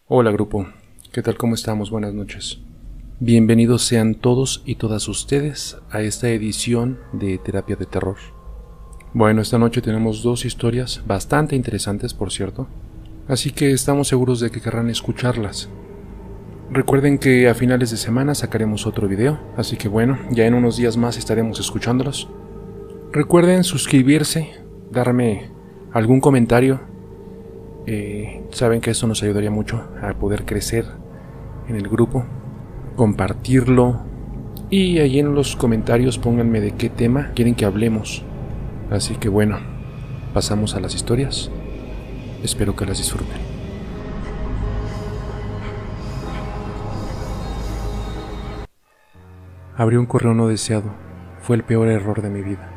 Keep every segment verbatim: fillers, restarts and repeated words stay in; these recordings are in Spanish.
Hola grupo, ¿qué tal? ¿Cómo estamos? Buenas noches. Bienvenidos sean todos y todas ustedes a esta edición de Terapia de Terror. Bueno, esta noche tenemos dos historias bastante interesantes, por cierto, así que estamos seguros de que querrán escucharlas. Recuerden que a finales de semana sacaremos otro video, así que bueno, ya en unos días más estaremos escuchándolos. Recuerden suscribirse, darme algún comentario. Eh, saben que eso nos ayudaría mucho a poder crecer en el grupo, compartirlo y ahí en los comentarios pónganme de qué tema quieren que hablemos. Así que bueno, pasamos a las historias. Espero que las disfruten. Abrí un correo no deseado. Fue el peor error de mi vida.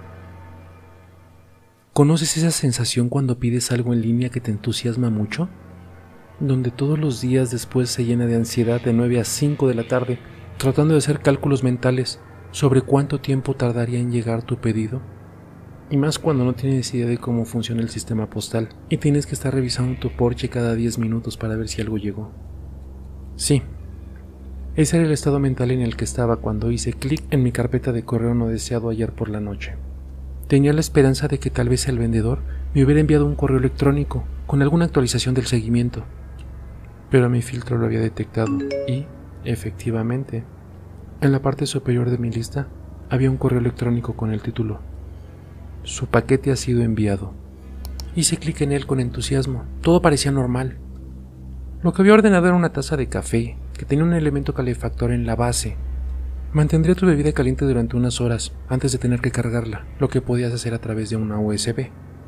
¿Conoces esa sensación cuando pides algo en línea que te entusiasma mucho? Donde todos los días después se llena de ansiedad de nueve a cinco de la tarde, tratando de hacer cálculos mentales sobre cuánto tiempo tardaría en llegar tu pedido. Y más cuando no tienes idea de cómo funciona el sistema postal y tienes que estar revisando tu Porsche cada diez minutos para ver si algo llegó. Sí, ese era el estado mental en el que estaba cuando hice clic en mi carpeta de correo no deseado ayer por la noche. Tenía la esperanza de que tal vez el vendedor me hubiera enviado un correo electrónico con alguna actualización del seguimiento, pero mi filtro lo había detectado y, efectivamente, en la parte superior de mi lista había un correo electrónico con el título: Su paquete ha sido enviado. Hice clic en él con entusiasmo. Todo parecía normal. Lo que había ordenado era una taza de café que tenía un elemento calefactor en la base. Mantendría tu bebida caliente durante unas horas antes de tener que cargarla, lo que podías hacer a través de una U S B.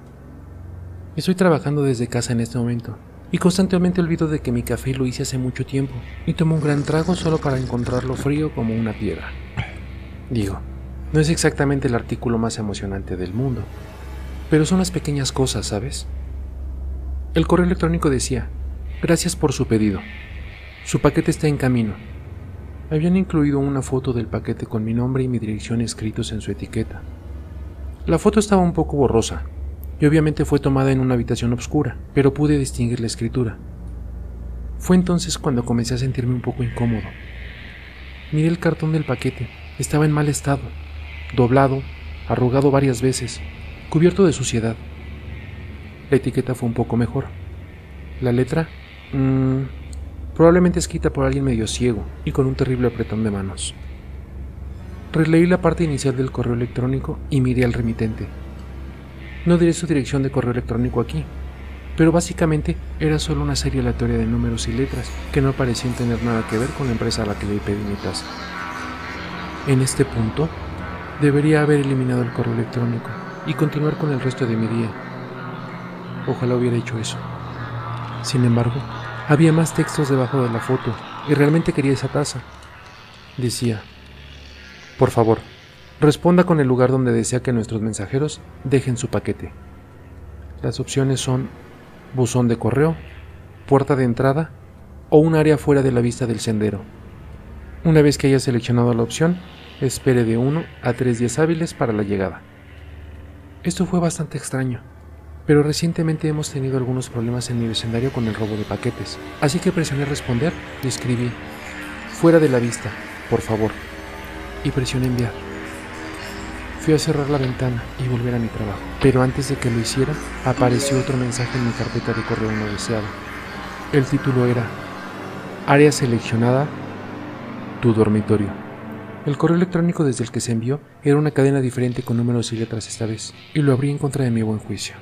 Estoy trabajando desde casa en este momento, y constantemente olvido de que mi café lo hice hace mucho tiempo, y tomo un gran trago solo para encontrarlo frío como una piedra. Digo, no es exactamente el artículo más emocionante del mundo, pero son las pequeñas cosas, ¿sabes? El correo electrónico decía: gracias por su pedido. Su paquete está en camino. Habían incluido una foto del paquete con mi nombre y mi dirección escritos en su etiqueta. La foto estaba un poco borrosa, y obviamente fue tomada en una habitación oscura, pero pude distinguir la escritura. Fue entonces cuando comencé a sentirme un poco incómodo. Miré el cartón del paquete. Estaba en mal estado, doblado, arrugado varias veces, cubierto de suciedad. La etiqueta fue un poco mejor. La letra... Mmm, probablemente escrita por alguien medio ciego y con un terrible apretón de manos. Releí la parte inicial del correo electrónico y miré al remitente. No diré su dirección de correo electrónico aquí, pero básicamente era solo una serie aleatoria de números y letras que no parecían tener nada que ver con la empresa a la que le pedí mi taza. En este punto, debería haber eliminado el correo electrónico y continuar con el resto de mi día. Ojalá hubiera hecho eso. Sin embargo, había más textos debajo de la foto, y realmente quería esa taza. Decía: por favor, responda con el lugar donde desea que nuestros mensajeros dejen su paquete. Las opciones son buzón de correo, puerta de entrada o un área fuera de la vista del sendero. Una vez que haya seleccionado la opción, espere de uno a tres días hábiles para la llegada. Esto fue bastante extraño, pero recientemente hemos tenido algunos problemas en mi vecindario con el robo de paquetes, así que presioné responder y escribí: fuera de la vista, por favor, y presioné enviar. Fui a cerrar la ventana y volver a mi trabajo, pero antes de que lo hiciera, apareció otro mensaje en mi carpeta de correo no deseado. El título era: área seleccionada, tu dormitorio. El correo electrónico desde el que se envió era una cadena diferente con números y letras esta vez, y lo abrí en contra de mi buen juicio.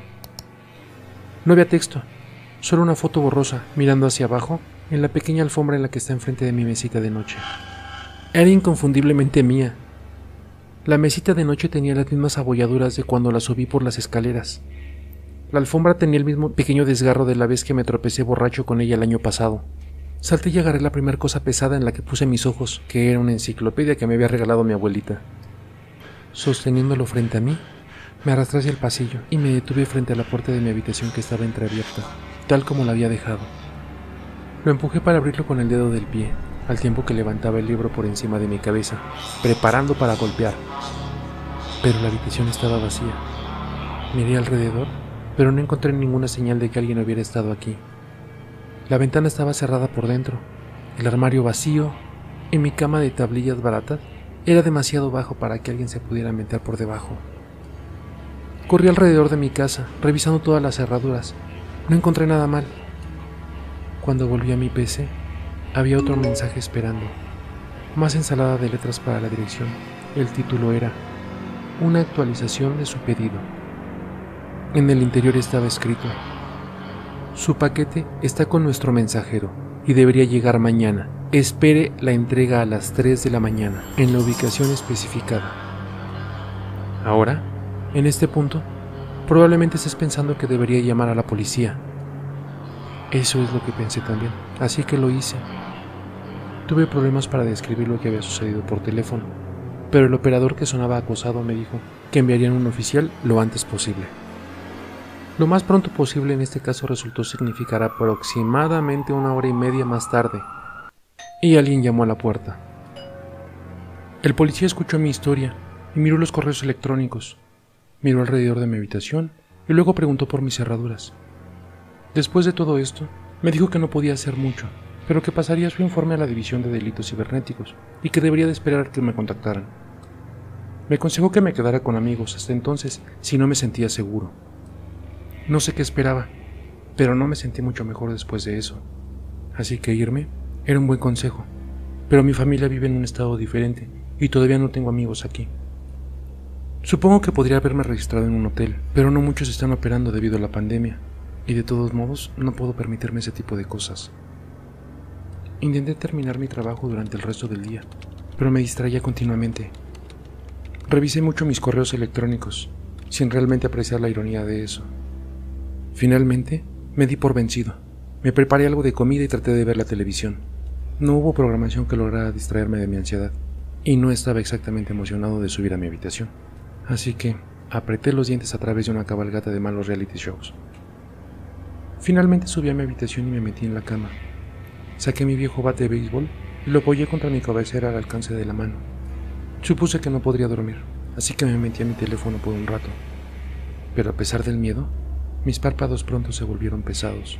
No había texto, solo una foto borrosa mirando hacia abajo en la pequeña alfombra en la que está enfrente de mi mesita de noche. Era inconfundiblemente mía. La mesita de noche tenía las mismas abolladuras de cuando la subí por las escaleras. La alfombra tenía el mismo pequeño desgarro de la vez que me tropecé borracho con ella el año pasado. Salté y agarré la primera cosa pesada en la que puse mis ojos, que era una enciclopedia que me había regalado mi abuelita. Sosteniéndolo frente a mí, me arrastré hacia el pasillo y me detuve frente a la puerta de mi habitación que estaba entreabierta, tal como la había dejado. Lo empujé para abrirlo con el dedo del pie, al tiempo que levantaba el libro por encima de mi cabeza, preparando para golpear. Pero la habitación estaba vacía. Miré alrededor, pero no encontré ninguna señal de que alguien hubiera estado aquí. La ventana estaba cerrada por dentro, el armario vacío y mi cama de tablillas baratas era demasiado bajo para que alguien se pudiera meter por debajo. Corrí alrededor de mi casa, revisando todas las cerraduras. No encontré nada mal. Cuando volví a mi P C, había otro mensaje esperando. Más ensalada de letras para la dirección. El título era una actualización de su pedido. En el interior estaba escrito: su paquete está con nuestro mensajero y debería llegar mañana. Espere la entrega a las tres de la mañana en la ubicación especificada. Ahora, en este punto, probablemente estés pensando que debería llamar a la policía. Eso es lo que pensé también, así que lo hice. Tuve problemas para describir lo que había sucedido por teléfono, pero el operador, que sonaba acosado, me dijo que enviarían un oficial lo antes posible. Lo más pronto posible en este caso resultó significar aproximadamente una hora y media más tarde, y alguien llamó a la puerta. El policía escuchó mi historia y miró los correos electrónicos, miró alrededor de mi habitación y luego preguntó por mis cerraduras. Después de todo esto, me dijo que no podía hacer mucho, pero que pasaría su informe a la División de Delitos Cibernéticos y que debería de esperar a que me contactaran. Me aconsejó que me quedara con amigos hasta entonces si no me sentía seguro. No sé qué esperaba, pero no me sentí mucho mejor después de eso. Así que irme era un buen consejo, pero mi familia vive en un estado diferente y todavía no tengo amigos aquí. Supongo que podría haberme registrado en un hotel, pero no muchos están operando debido a la pandemia, y de todos modos no puedo permitirme ese tipo de cosas. Intenté terminar mi trabajo durante el resto del día, pero me distraía continuamente. Revisé mucho mis correos electrónicos, sin realmente apreciar la ironía de eso. Finalmente, me di por vencido. Me preparé algo de comida y traté de ver la televisión. No hubo programación que lograra distraerme de mi ansiedad, y no estaba exactamente emocionado de subir a mi habitación. Así que apreté los dientes a través de una cabalgata de malos reality shows. Finalmente subí a mi habitación y me metí en la cama. Saqué mi viejo bate de béisbol y lo apoyé contra mi cabecera al alcance de la mano. Supuse que no podría dormir, así que me metí a mi teléfono por un rato. Pero a pesar del miedo, mis párpados pronto se volvieron pesados.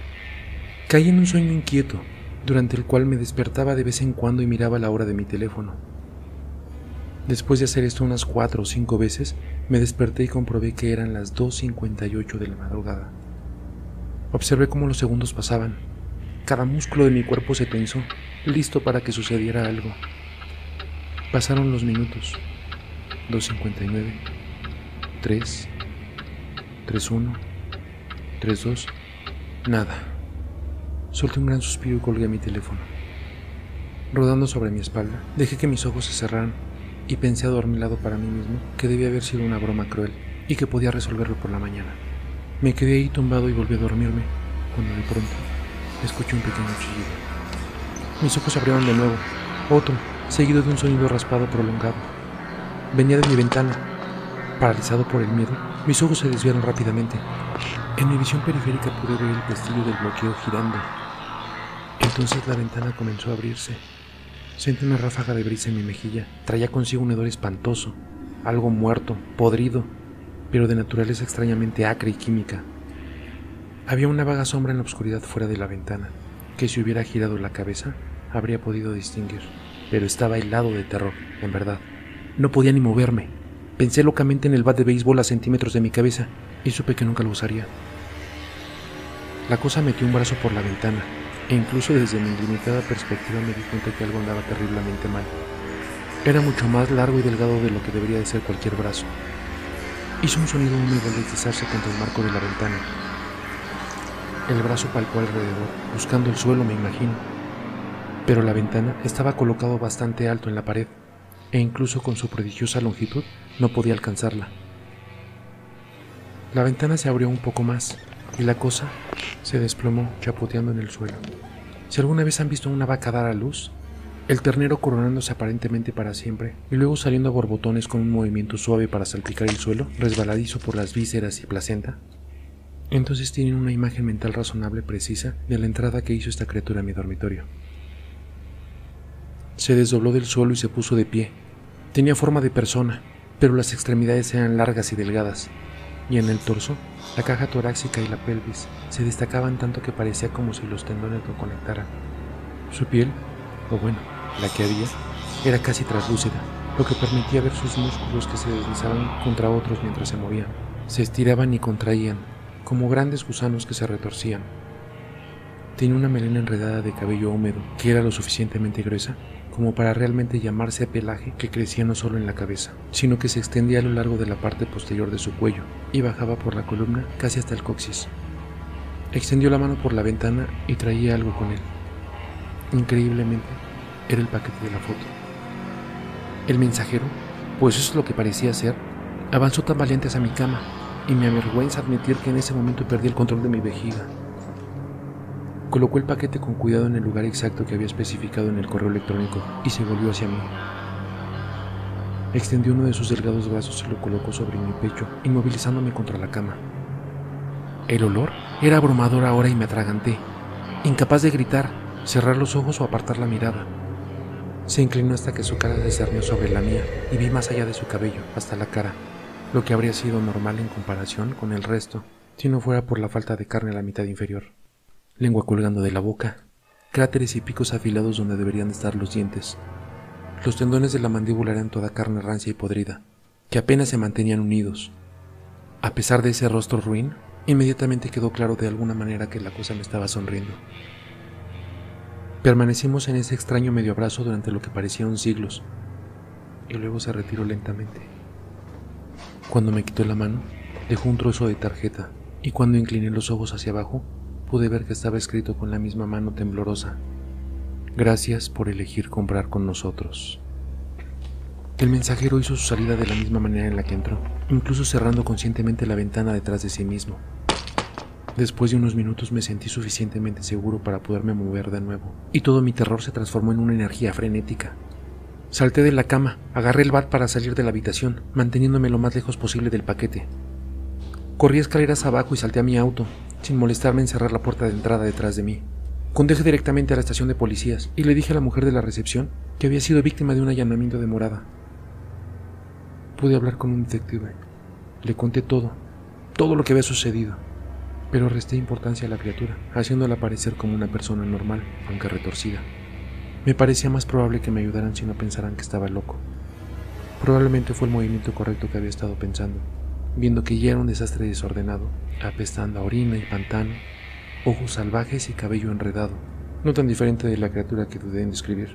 Caí en un sueño inquieto, durante el cual me despertaba de vez en cuando y miraba la hora de mi teléfono. Después de hacer esto unas cuatro o cinco veces, me desperté y comprobé que eran las dos cincuenta y ocho de la madrugada. Observé cómo los segundos pasaban. Cada músculo de mi cuerpo se tensó, listo para que sucediera algo. Pasaron los minutos. dos cincuenta y nueve, tres, tres uno, tres dos, nada. Solté un gran suspiro y colgué mi teléfono. Rodando sobre mi espalda, dejé que mis ojos se cerraran y pensé adormilado para mí mismo que debía haber sido una broma cruel y que podía resolverlo por la mañana. Me quedé ahí tumbado y volví a dormirme, cuando de pronto escuché un pequeño chillido. Mis ojos se abrieron de nuevo, otro, seguido de un sonido raspado prolongado. Venía de mi ventana. Paralizado por el miedo, mis ojos se desviaron rápidamente. En mi visión periférica pude ver el pestillo del bloqueo girando. Entonces la ventana comenzó a abrirse. Sentí una ráfaga de brisa en mi mejilla. Traía consigo un hedor espantoso, algo muerto, podrido, pero de naturaleza extrañamente acre y química. Había una vaga sombra en la oscuridad fuera de la ventana, que si hubiera girado la cabeza, habría podido distinguir, pero estaba helado de terror, en verdad. No podía ni moverme. Pensé locamente en el bat de béisbol a centímetros de mi cabeza y supe que nunca lo usaría. La cosa metió un brazo por la ventana, e incluso desde mi limitada perspectiva me di cuenta que algo andaba terriblemente mal. Era mucho más largo y delgado de lo que debería de ser cualquier brazo. Hizo un sonido húmedo al deslizarse contra el marco de la ventana. El brazo palpó alrededor, buscando el suelo, me imagino. Pero la ventana estaba colocado bastante alto en la pared, e incluso con su prodigiosa longitud no podía alcanzarla. La ventana se abrió un poco más, y la cosa se desplomó chapoteando en el suelo. Si alguna vez han visto una vaca dar a luz, el ternero coronándose aparentemente para siempre, y luego saliendo a borbotones con un movimiento suave para salpicar el suelo, resbaladizo por las vísceras y placenta, entonces tienen una imagen mental razonable precisa de la entrada que hizo esta criatura a mi dormitorio. Se desdobló del suelo y se puso de pie. Tenía forma de persona, pero las extremidades eran largas y delgadas. y en el torso, la caja torácica y la pelvis se destacaban tanto que parecía como si los tendones lo conectaran. Su piel, o bueno, la que había, era casi translúcida, lo que permitía ver sus músculos que se deslizaban contra otros mientras se movían. Se estiraban y contraían, como grandes gusanos que se retorcían. Tenía una melena enredada de cabello húmedo, que era lo suficientemente gruesa como para realmente llamarse pelaje, que crecía no solo en la cabeza, sino que se extendía a lo largo de la parte posterior de su cuello y bajaba por la columna casi hasta el coxis. Extendió la mano por la ventana y traía algo con él. Increíblemente, era el paquete de la foto. El mensajero, pues eso es lo que parecía ser, avanzó tambaleante hacia mi cama, y me avergüenza admitir que en ese momento perdí el control de mi vejiga. Colocó el paquete con cuidado en el lugar exacto que había especificado en el correo electrónico y se volvió hacia mí. Extendió uno de sus delgados brazos y lo colocó sobre mi pecho, inmovilizándome contra la cama. El olor era abrumador ahora y me atraganté, incapaz de gritar, cerrar los ojos o apartar la mirada. Se inclinó hasta que su cara se cernió sobre la mía y vi más allá de su cabello, hasta la cara, lo que habría sido normal en comparación con el resto, si no fuera por la falta de carne a la mitad inferior. Lengua colgando de la boca, cráteres y picos afilados donde deberían estar los dientes. Los tendones de la mandíbula eran toda carne rancia y podrida, que apenas se mantenían unidos. A pesar de ese rostro ruin, inmediatamente quedó claro de alguna manera que la cosa me estaba sonriendo. Permanecimos en ese extraño medio abrazo durante lo que parecieron siglos, y luego se retiró lentamente. Cuando me quitó la mano, dejó un trozo de tarjeta, y cuando incliné los ojos hacia abajo, pude ver que estaba escrito con la misma mano temblorosa: gracias por elegir comprar con nosotros. El mensajero hizo su salida de la misma manera en la que entró, incluso cerrando conscientemente la ventana detrás de sí mismo. Después de unos minutos me sentí suficientemente seguro para poderme mover de nuevo, y todo mi terror se transformó en una energía frenética. Salté de la cama, agarré el bat para salir de la habitación, manteniéndome lo más lejos posible del paquete. Corrí escaleras abajo y salté a mi auto, sin molestarme en cerrar la puerta de entrada detrás de mí. Conduje directamente a la estación de policías y le dije a la mujer de la recepción que había sido víctima de un allanamiento de morada. Pude hablar con un detective. Le conté todo, todo lo que había sucedido, pero resté importancia a la criatura, haciéndola parecer como una persona normal, aunque retorcida. Me parecía más probable que me ayudaran si no pensaran que estaba loco. Probablemente fue el movimiento correcto que había estado pensando, viendo que ya era un desastre desordenado, apestando a orina y pantano, ojos salvajes y cabello enredado, no tan diferente de la criatura que dudé en describir.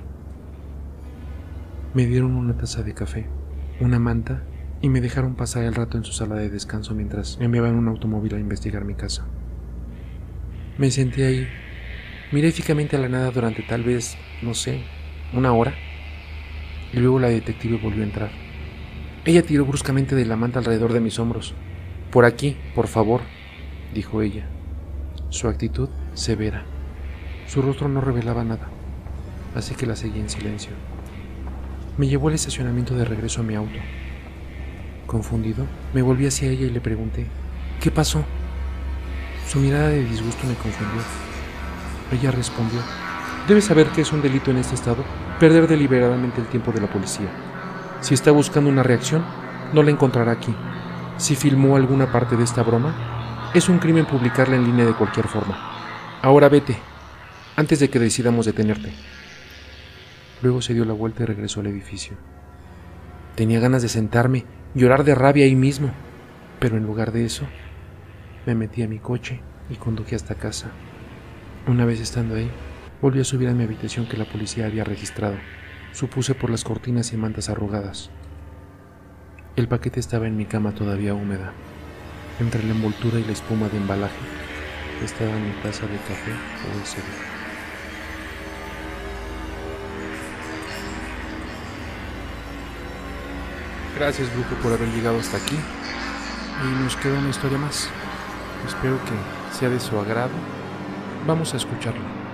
Me dieron una taza de café, una manta y me dejaron pasar el rato en su sala de descanso mientras me enviaban un automóvil a investigar mi casa. Me senté ahí, miré fijamente a la nada durante tal vez, no sé, una hora, y luego la detective volvió a entrar. Ella tiró bruscamente de la manta alrededor de mis hombros. «Por aquí, por favor», dijo ella. Su actitud severa. Su rostro no revelaba nada, así que la seguí en silencio. Me llevó al estacionamiento de regreso a mi auto. Confundido, me volví hacia ella y le pregunté: «¿Qué pasó?». Su mirada de disgusto me confundió. Ella respondió: «Debes saber que es un delito en este estado perder deliberadamente el tiempo de la policía. Si está buscando una reacción, no la encontrará aquí. Si filmó alguna parte de esta broma, es un crimen publicarla en línea de cualquier forma. Ahora vete, antes de que decidamos detenerte». Luego se dio la vuelta y regresó al edificio. Tenía ganas de sentarme, llorar de rabia ahí mismo, pero en lugar de eso, me metí a mi coche y conduje hasta casa. Una vez estando ahí, volví a subir a mi habitación que la policía había registrado. Supuse por las cortinas y mantas arrugadas. El paquete estaba en mi cama todavía húmeda. Entre la envoltura y la espuma de embalaje estaba mi taza de café U S B. Gracias, brujo, por haber llegado hasta aquí. Y nos queda una historia más. Espero que sea de su agrado. Vamos a escucharlo.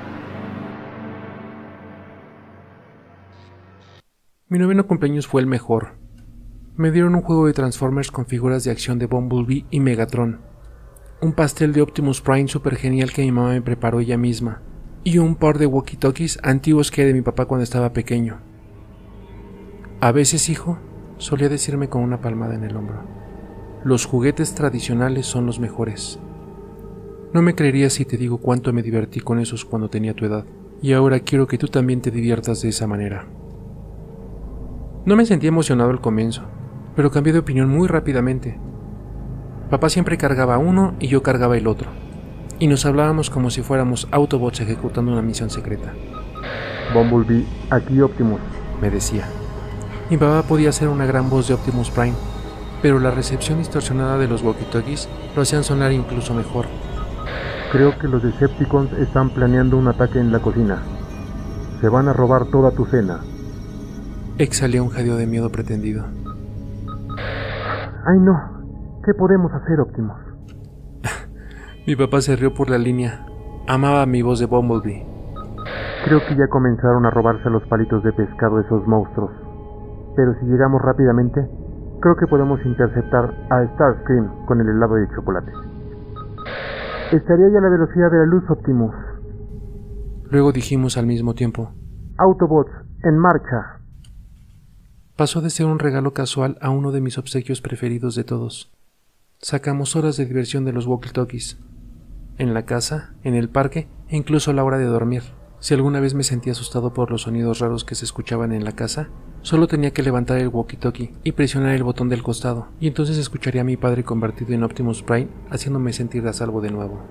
Mi noveno cumpleaños fue el mejor. Me dieron un juego de Transformers con figuras de acción de Bumblebee y Megatron, un pastel de Optimus Prime super genial que mi mamá me preparó ella misma, y un par de walkie-talkies antiguos que era de mi papá cuando estaba pequeño. A veces, hijo, solía decirme con una palmada en el hombro. Los juguetes tradicionales son los mejores. No me creerías si te digo cuánto me divertí con esos cuando tenía tu edad, y ahora quiero que tú también te diviertas de esa manera. No me sentí emocionado al comienzo, pero cambié de opinión muy rápidamente. Papá siempre cargaba uno y yo cargaba el otro, y nos hablábamos como si fuéramos Autobots ejecutando una misión secreta. Bumblebee, aquí Optimus, me decía. Mi papá podía hacer una gran voz de Optimus Prime, pero la recepción distorsionada de los walkie-talkies lo hacían sonar incluso mejor. Creo que los Decepticons están planeando un ataque en la cocina. Se van a robar toda tu cena. Exhalé un jadeo de miedo pretendido. ¡Ay no! ¿Qué podemos hacer, Optimus? Mi papá se rió por la línea. Amaba mi voz de Bumblebee. Creo que ya comenzaron a robarse los palitos de pescado esos monstruos. Pero si llegamos rápidamente, creo que podemos interceptar a Starscream con el helado de chocolate. Estaría ya a la velocidad de la luz, Optimus. Luego dijimos al mismo tiempo: Autobots, en marcha. Pasó de ser un regalo casual a uno de mis obsequios preferidos de todos. Sacamos horas de diversión de los walkie-talkies. En la casa, en el parque e incluso a la hora de dormir. Si alguna vez me sentí asustado por los sonidos raros que se escuchaban en la casa, solo tenía que levantar el walkie-talkie y presionar el botón del costado, y entonces escucharía a mi padre convertido en Optimus Prime, haciéndome sentir a salvo de nuevo.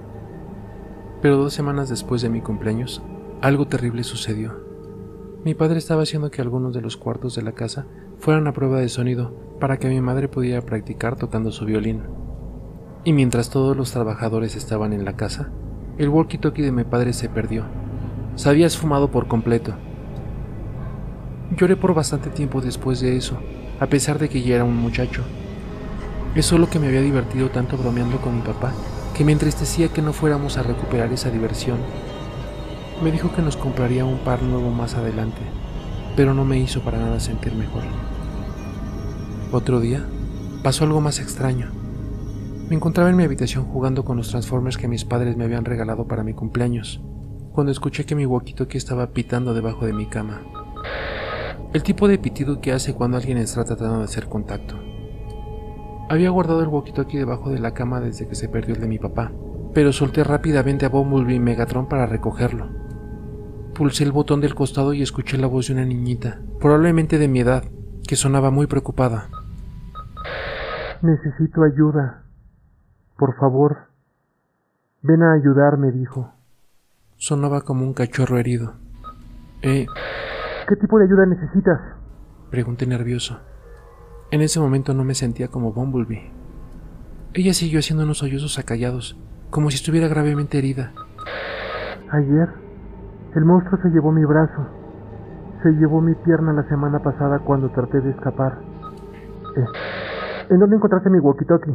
Pero dos semanas después de mi cumpleaños, algo terrible sucedió. Mi padre estaba haciendo que algunos de los cuartos de la casa fueran a prueba de sonido para que mi madre pudiera practicar tocando su violín. Y mientras todos los trabajadores estaban en la casa, el walkie-talkie de mi padre se perdió. Se había esfumado por completo. Lloré por bastante tiempo después de eso, a pesar de que ya era un muchacho. Es solo que me había divertido tanto bromeando con mi papá, que me entristecía que no fuéramos a recuperar esa diversión. Me dijo que nos compraría un par nuevo más adelante, pero no me hizo para nada sentir mejor. Otro día, pasó algo más extraño. Me encontraba en mi habitación jugando con los Transformers que mis padres me habían regalado para mi cumpleaños, cuando escuché que mi walkie-talkie estaba pitando debajo de mi cama. El tipo de pitido que hace cuando alguien está tratando de hacer contacto. Había guardado el walkie-talkie debajo de la cama desde que se perdió el de mi papá, pero solté rápidamente a Bumblebee y Megatron para recogerlo. Pulsé el botón del costado y escuché la voz de una niñita, probablemente de mi edad, que sonaba muy preocupada. Necesito ayuda. Por favor. Ven a ayudarme, dijo. Sonaba como un cachorro herido. Eh... ¿Qué tipo de ayuda necesitas? Pregunté nervioso. En ese momento no me sentía como Bumblebee. Ella siguió haciendo unos sollozos acallados, como si estuviera gravemente herida. Ayer, el monstruo se llevó mi brazo. Se llevó mi pierna la semana pasada cuando traté de escapar. Eh, ¿En dónde encontraste mi walkie-talkie?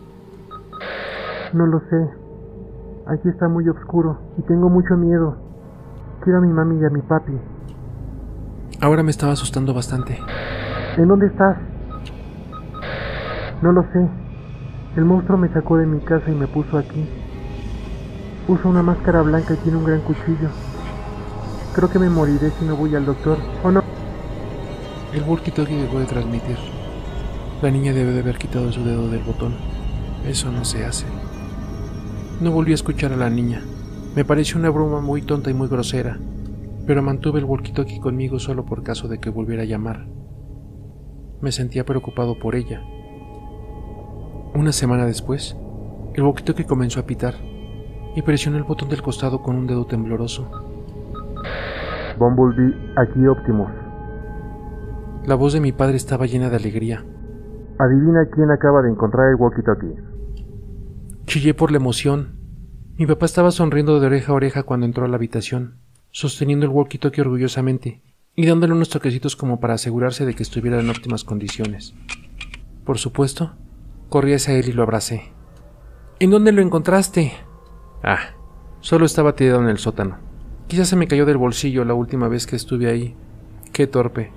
No lo sé. Aquí está muy oscuro y tengo mucho miedo. Quiero a mi mami y a mi papi. Ahora me estaba asustando bastante. ¿En dónde estás? No lo sé. El monstruo me sacó de mi casa y me puso aquí. Usa una máscara blanca y tiene un gran cuchillo. Creo que me moriré si no voy al doctor. ¿O no? El walkie-talkie dejó de transmitir. La niña debe de haber quitado su dedo del botón. Eso no se hace. No volví a escuchar a la niña. Me pareció una broma muy tonta y muy grosera, pero mantuve el walkie-talkie conmigo solo por caso de que volviera a llamar. Me sentía preocupado por ella. Una semana después, el walkie-talkie comenzó a pitar y presioné el botón del costado con un dedo tembloroso. Bumblebee, aquí Optimus. La voz de mi padre estaba llena de alegría. Adivina quién acaba de encontrar el walkie-talkie. Chillé por la emoción. Mi papá estaba sonriendo de oreja a oreja cuando entró a la habitación, sosteniendo el walkie-talkie orgullosamente y dándole unos toquecitos como para asegurarse de que estuviera en óptimas condiciones. Por supuesto, corrí hacia él y lo abracé. ¿En dónde lo encontraste? Ah, solo estaba tirado en el sótano. Quizás se me cayó del bolsillo la última vez que estuve ahí. Qué torpe.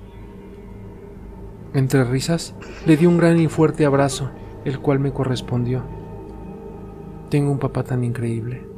Entre risas, le di un gran y fuerte abrazo, el cual me correspondió. Tengo un papá tan increíble.